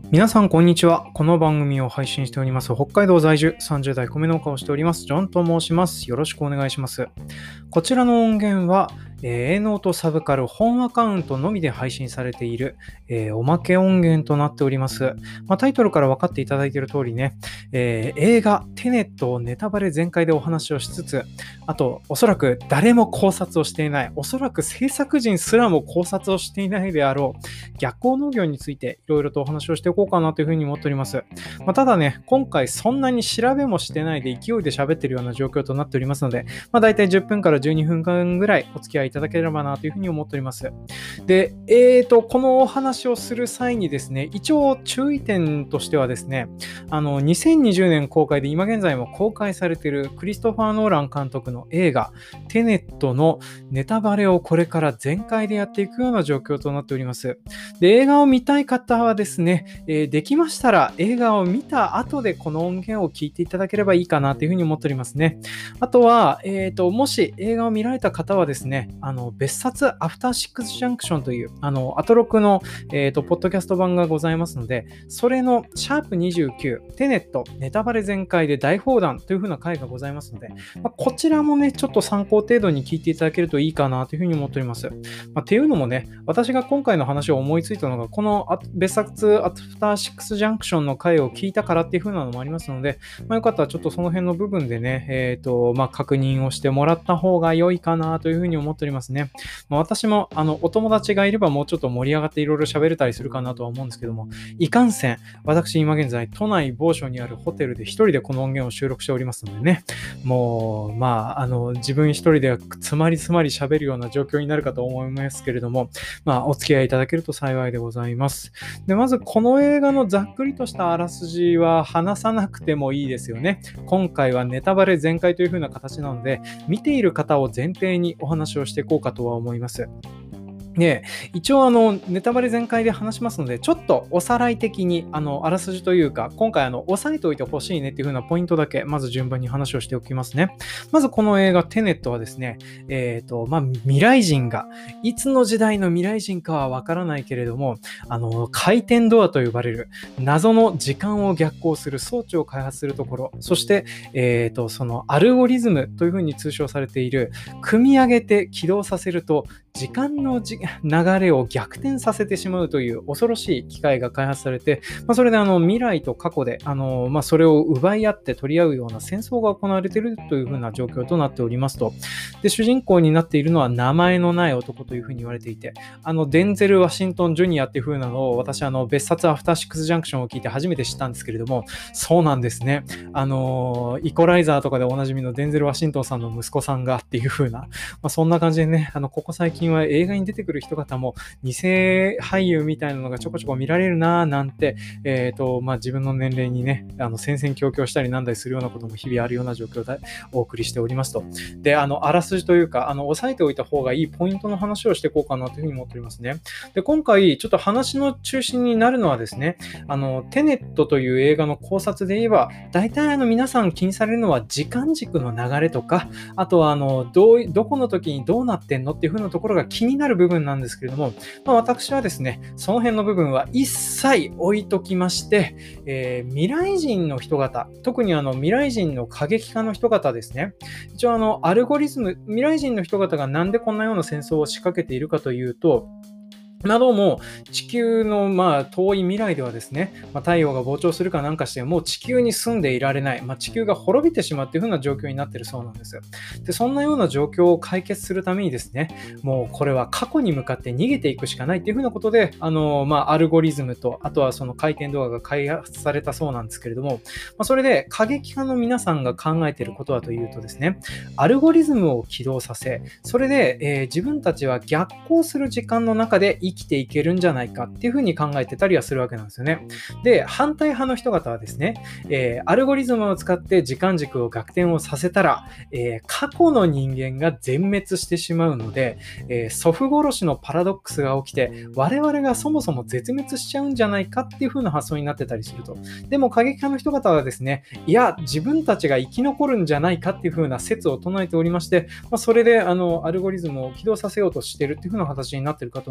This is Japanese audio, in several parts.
皆さんこんにちは。この番組を配信しております北海道在住30代米農家をしておりますジョンと申します。よろしくお願いします。こちらの音源は営農とサブカル本アカウントのみで配信されている、おまけ音源となっております。タイトルから分かっていただいている通りね、映画テネットをネタバレ全開でお話をしつつ、あとおそらく誰も考察をしていない、おそらく制作陣すらも考察をしていないであろう逆行農業についていろいろとお話をしていこうかなというふうに思っております。ただね、今回そんなに調べもしてないで勢いで喋ってるような状況となっておりますので、だいたい10分から12分間ぐらいお付き合いいただければなというふうに思っております。で、このお話をする際にですね、一応注意点としてはですね、2020年公開で今現在も公開されているクリストファー・ノーラン監督の映画テネットのネタバレをこれから全開でやっていくような状況となっております。で、映画を見たい方はですね、できましたら映画を見た後でこの音源を聞いていただければいいかなというふうに思っておりますね。あとは、もし映画を見られた方はですね、別冊アフターシックスジャンクションというアトロクの、ポッドキャスト版がございますので、それのシャープ29テネットネタバレ全開で大放談というふうな回がございますので、こちらもねちょっと参考程度に聞いていただけるといいかなというふうに思っております。っていうのもね、私が今回の話を思いついたのがこの別冊アフターシックスジャンクションの回を聞いたからっていう風なのもありますので、よかったらちょっとその辺の部分でね、確認をしてもらった方が良いかなという風に思っておりますね。私もお友達がいればもうちょっと盛り上がっていろいろ喋れたりするかなとは思うんですけども、いかんせん私今現在都内某所にあるホテルで一人でこの音源を収録しておりますのでね、もう自分一人で詰まり喋るような状況になるかと思いますけれども、お付き合いいただけると幸いでございます。で、まずこの映画のざっくりとしたあらすじは話さなくてもいいですよね。今回はネタバレ全開という風な形なので、見ている方を前提にお話をしていこうかとは思います。で、一応ネタバレ全開で話しますので、ちょっとおさらい的にあらすじというか、今回押さえておいてほしいねっていう風なポイントだけまず順番に話をしておきますね。まずこの映画テネットはですね、未来人がいつの時代の未来人かはわからないけれども、回転ドアと呼ばれる謎の時間を逆行する装置を開発するところ、そして、そのアルゴリズムという風に通称されている組み上げて起動させると時間の流れを逆転させてしまうという恐ろしい機械が開発されて、それで未来と過去でそれを奪い合って取り合うような戦争が行われているというふうな状況となっておりますと。で、主人公になっているのは名前のない男というふうに言われていて、デンゼル・ワシントン・ジュニアっていう風なのを私別冊アフターシックスジャンクションを聞いて初めて知ったんですけれども、そうなんですね。イコライザーとかでおなじみのデンゼル・ワシントンさんの息子さんがっていう風な、そんな感じでね、ここ最近は映画に出てくる人方も偽俳優みたいなのがちょこちょこ見られるなぁなんて、自分の年齢にね、戦々恐々したりなんだりするようなことも日々あるような状況でお送りしておりますと。で、あらすじというか、押さえておいた方がいいポイントの話をしていこうかなというふうに思っておりますね。で、今回ちょっと話の中心になるのはですね、テネットという映画の考察で言えば、大体皆さん気にされるのは時間軸の流れとか、あとはどこの時にどうなってんのっていう風なところが気になる部分なんですけれども、私はですね、その辺の部分は一切置いときまして、未来人の人方、特に未来人の過激派の人方ですね、一応アルゴリズム、未来人の人方がなんでこんなような戦争を仕掛けているかというと、どうも地球の遠い未来ではですね、太陽が膨張するかなんかしてもう地球に住んでいられない、地球が滅びてしまうっていう風な状況になっているそうなんですよ。で、そんなような状況を解決するためにですね、もうこれは過去に向かって逃げていくしかないっていう風なことで、アルゴリズムと、あとはその回転動画が開発されたそうなんですけれども、それで過激派の皆さんが考えていることはというとですね、アルゴリズムを起動させ、それで、自分たちは逆行する時間の中で生きていけるんじゃないかっていうふうに考えてたりはするわけなんですよね。で、反対派の人々はですね、アルゴリズムを使って時間軸を逆転をさせたら、過去の人間が全滅してしまうので、祖父殺しのパラドックスが起きて、我々がそもそも絶滅しちゃうんじゃないかっていう風な発想になってたりすると。でも過激派の人々はですね、いや、自分たちが生き残るんじゃないかっていう風な説を唱えておりまして、それでアルゴリズムを起動させようとしているっていう風な形になっているかと思うんです。 。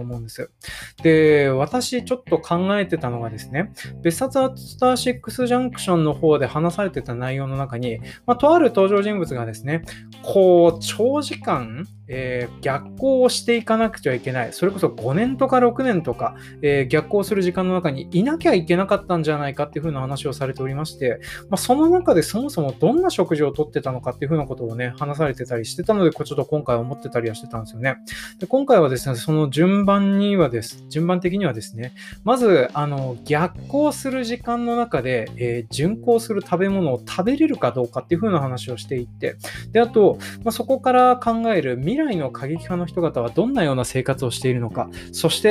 で、私ちょっと考えてたのがですね、別冊アフターシックスジャンクションの方で話されてた内容の中に、とある登場人物がですね、長時間、逆行をしていかなくちゃいけない。それこそ5年とか6年とか、逆行する時間の中にいなきゃいけなかったんじゃないかっていう風な話をされておりまして、その中でそもそもどんな食事をとってたのかっていう風なことをね、話されてたりしてたので、ちょっと今回思ってたりはしてたんですよね。で、今回はですね、その順番的にはですね、まず、逆行する時間の中で、順行する食べ物を食べれるかどうかっていう風な話をしていって、で、あと、そこから考える未来の過激派の人々はどんなような生活をしているのか、そして、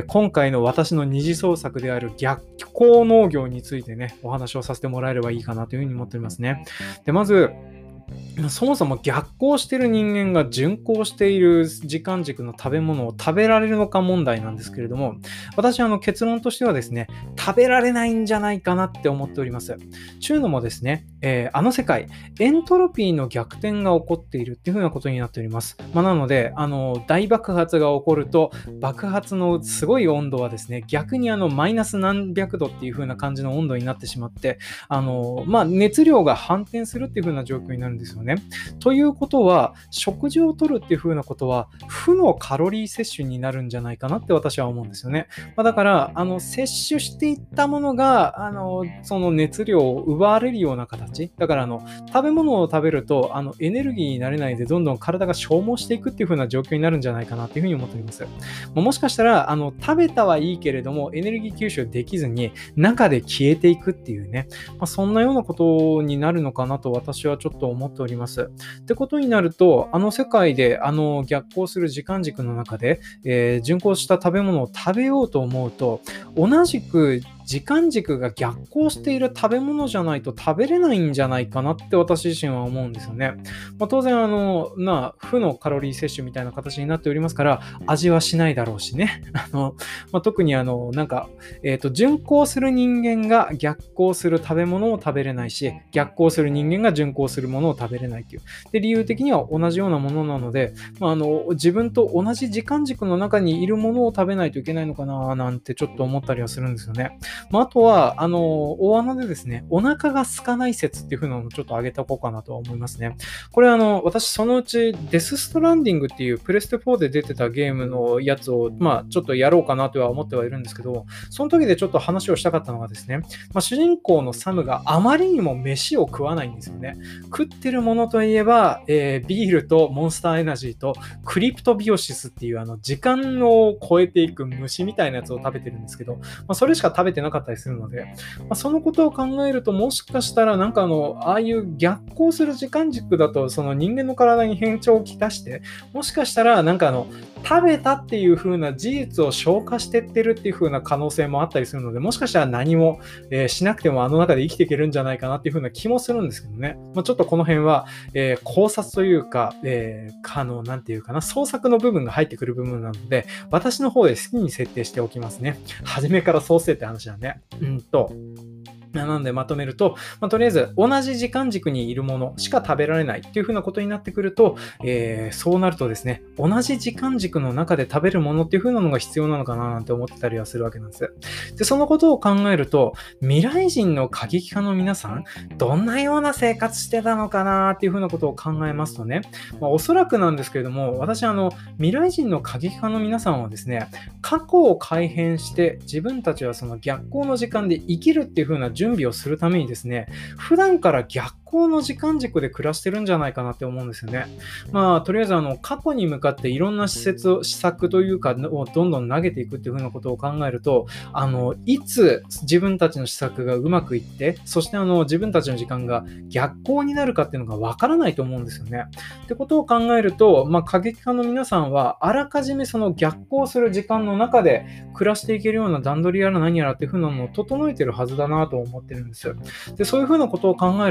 今回の私の二次創作である逆行農業についてね、お話をさせてもらえればいいかなというふうに思っておりますね。で、まず、そもそも逆行している人間が順行している時間軸の食べ物を食べられるのか問題なんですけれども、私は結論としてはですね、食べられないんじゃないかなって思っております。ちゅうのもですね、あの世界、エントロピーの逆転が起こっているっていうふうなことになっております。なので、大爆発が起こると、爆発のすごい温度はですね、逆にマイナス何百度っていうふうな感じの温度になってしまって、熱量が反転するっていうふうな状況になるんですよね。ということは、食事をとるっていうふうなことは、負のカロリー摂取になるんじゃないかなって私は思うんですよね。だから、摂取していったものが、その熱量を奪われるような形。だから、食べ物を食べると、エネルギーになれないで、どんどん体が消耗していくっていうふうな状況になるんじゃないかなっていうふうに思っております。もしかしたら、食べたはいいけれども、エネルギー吸収できずに、中で消えていくっていうね、そんなようなことになるのかなと私はちょっと思っております。ってことになると、世界で逆行する時間軸の中で、順行した食べ物を食べようと思うと、同じく時間軸が逆行している食べ物じゃないと食べれないんじゃないかなって私自身は思うんですよね。当然負のカロリー摂取みたいな形になっておりますから、味はしないだろうしね。特に順行する人間が逆行する食べ物を食べれないし、逆行する人間が順行するものを食べれないという。で、理由的には同じようなものなので、自分と同じ時間軸の中にいるものを食べないといけないのかななんてちょっと思ったりはするんですよね。あとは、大穴でですね、お腹が空かない説っていう風なのをちょっと上げておこうかなとは思いますね。これ私そのうちデスストランディングっていうプレステ4で出てたゲームのやつを、ちょっとやろうかなとは思ってはいるんですけど、その時でちょっと話をしたかったのがですね、主人公のサムがあまりにも飯を食わないんですよね。食ってるものといえば、ビールとモンスターエナジーとクリプトビオシスっていう時間を超えていく虫みたいなやつを食べてるんですけど、それしか食べてなかったりするので、そのことを考えると、もしかしたらああいう逆行する時間軸だと、その人間の体に変調をきたして、もしかしたら食べたっていう風な事実を消化してってるっていう風な可能性もあったりするので、もしかしたら何も、しなくても中で生きていけるんじゃないかなっていう風な気もするんですけどね。ちょっとこの辺は、考察というか、なんていうかな、創作の部分が入ってくる部分なので、私の方で好きに設定しておきますね。初めからそうせって話だね。なのでまとめると、とりあえず同じ時間軸にいるものしか食べられないっていう風なことになってくると、そうなるとですね、同じ時間軸の中で食べるものっていう風なのが必要なのかななんて思ってたりはするわけなんです。で、そのことを考えると、未来人の過激派の皆さん、どんなような生活してたのかなっていう風なことを考えますとね、おそらくなんですけれども、私未来人の過激派の皆さんはですね、過去を改変して自分たちはその逆行の時間で生きるっていう風な準備をするためにですね、普段から逆行の時間軸で暮らしてるんじゃないかなって思うんですよね。とりあえず過去に向かっていろんな施策というかをどんどん投げていくっていう風なことを考えると、いつ自分たちの施策がうまくいって、そして自分たちの時間が逆行になるかっていうのがわからないと思うんですよね。ってことを考えると、過激派の皆さんはあらかじめその逆行する時間の中で暮らしていけるような段取りやら何やらっていう風なのを整えてるはずだなと思ってるんですよ。で、そういう風なことを考えると、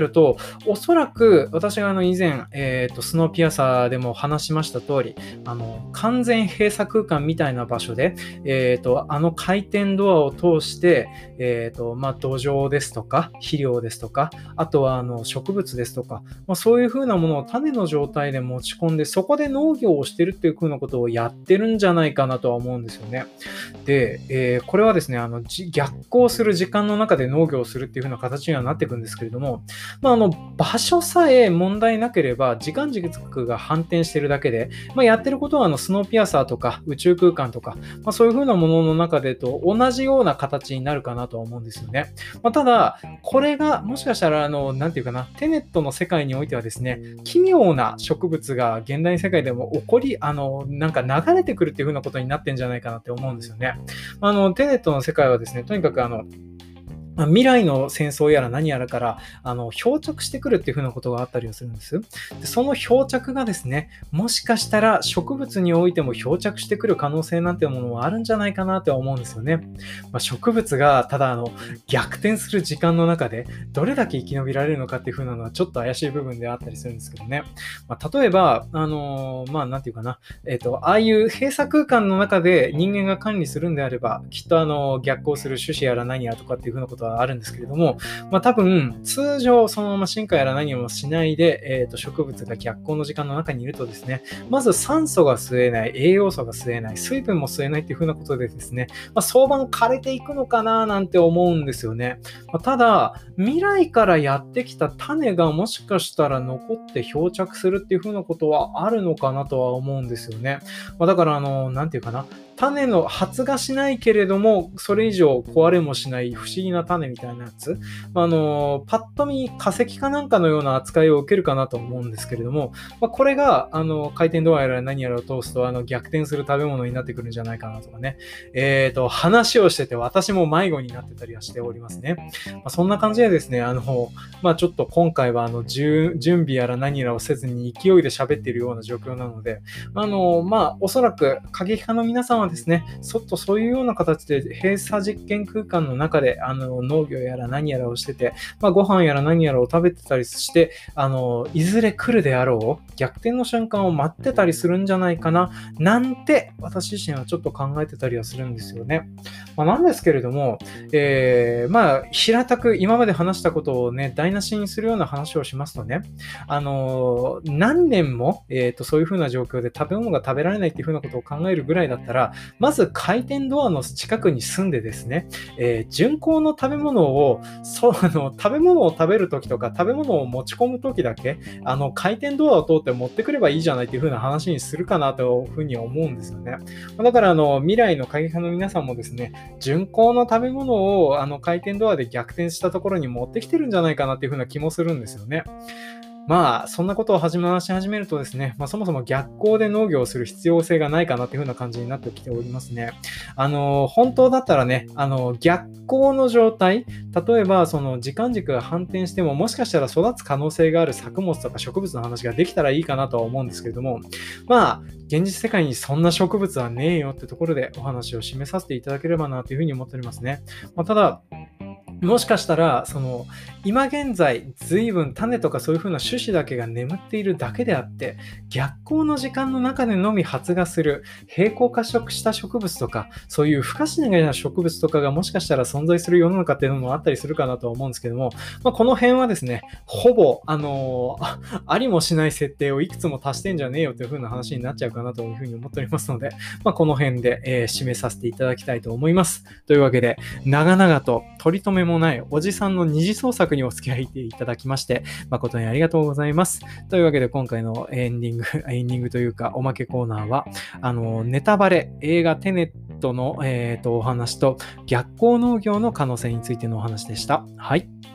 おそらく私が以前、スノーピアサーでも話しました通り、完全閉鎖空間みたいな場所で、回転ドアを通して、土壌ですとか、肥料ですとか、あとは植物ですとか、そういう風なものを種の状態で持ち込んで、そこで農業をしてるっていう風なことをやってるんじゃないかなとは思うんですよね。で、これはですね、逆行する時間の中で農業をするっていう風な形にはなっていくんですけれども、場所さえ問題なければ、時間軸が反転してるだけで、やってることはスノーピアサーとか宇宙空間とか、そういう風なものの中でと同じような形になるかなとは思うんですよね。ただ、これがもしかしたら、なんていうかな、テネットの世界においてはですね、奇妙な植物が現代世界でも起こり、なんか流れてくるっていう風なことになってんじゃないかなって思うんですよね。テネットの世界はですね、とにかく未来の戦争やら何やらから漂着してくるっていう風なことがあったりはするんです。で、その漂着がですね、もしかしたら植物においても漂着してくる可能性なんてものはあるんじゃないかなとは思うんですよね。植物がただ逆転する時間の中でどれだけ生き延びられるのかっていう風なのはちょっと怪しい部分であったりするんですけどね。例えばなんていうかな、ああいう閉鎖空間の中で人間が管理するんであれば、きっと逆行する種子やら何やらとかっていう風なことはあるんですけれども、多分通常そのまま進化やら何もしないで、植物が逆行の時間の中にいるとですね、まず酸素が吸えない、栄養素が吸えない、水分も吸えないっていう風なことでですね、早晩枯れていくのかななんて思うんですよね。ただ未来からやってきた種がもしかしたら残って漂着するっていう風なことはあるのかなとは思うんですよね。だからなんていうかな、種の発芽しないけれども、それ以上壊れもしない不思議な種みたいなやつ。パッと見化石かなんかのような扱いを受けるかなと思うんですけれども、これが、回転ドアやら何やらを通すと、逆転する食べ物になってくるんじゃないかなとかね。話をしてて私も迷子になってたりはしておりますね。そんな感じでですね、ちょっと今回は準備やら何やらをせずに勢いで喋っているような状況なので、おそらく過激派の皆さんはですね、そういうような形で閉鎖実験空間の中で農業やら何やらをしてて、ご飯やら何やらを食べてたりして、いずれ来るであろう逆転の瞬間を待ってたりするんじゃないかななんて私自身はちょっと考えてたりはするんですよね。なんですけれども、平たく今まで話したことをね、台無しにするような話をしますとね、何年も、そういう風な状況で食べ物が食べられないっていう風なことを考えるぐらいだったら、まず回転ドアの近くに住んでですね、巡航の食べ物を食べ物を食べるときとか食べ物を持ち込むときだけ回転ドアを通って持ってくればいいじゃないっていう風な話にするかなという風に思うんですよね。だから未来の過激派の皆さんもですね、巡航の食べ物を回転ドアで逆転したところに持ってきてるんじゃないかなっていう風な気もするんですよね。そんなことを話し始めるとですね、そもそも逆行で農業をする必要性がないかなというふうな感じになってきておりますね。本当だったらね、逆行の状態、例えばその時間軸が反転しても、もしかしたら育つ可能性がある作物とか植物の話ができたらいいかなとは思うんですけれども、現実世界にそんな植物はねえよってところでお話を締めさせていただければなというふうに思っておりますね。ただ、もしかしたら今現在随分種とかそういう風な種子だけが眠っているだけであって、逆行の時間の中でのみ発芽する平行化した植物とか、そういう不可思議な植物とかがもしかしたら存在する世の中っていうのもあったりするかなとは思うんですけども、この辺はですね、ほぼありもしない設定をいくつも足してんじゃねえよという風な話になっちゃうかなという風に思っておりますので、この辺で、締めさせていただきたいと思います。というわけで、長々と取り留めもないおじさんの二次創作にお付き合いいただきまして誠にありがとうございます。というわけで今回のエンディングというかおまけコーナーはネタバレ映画テネットの、お話と逆行農業の可能性についてのお話でした。はい。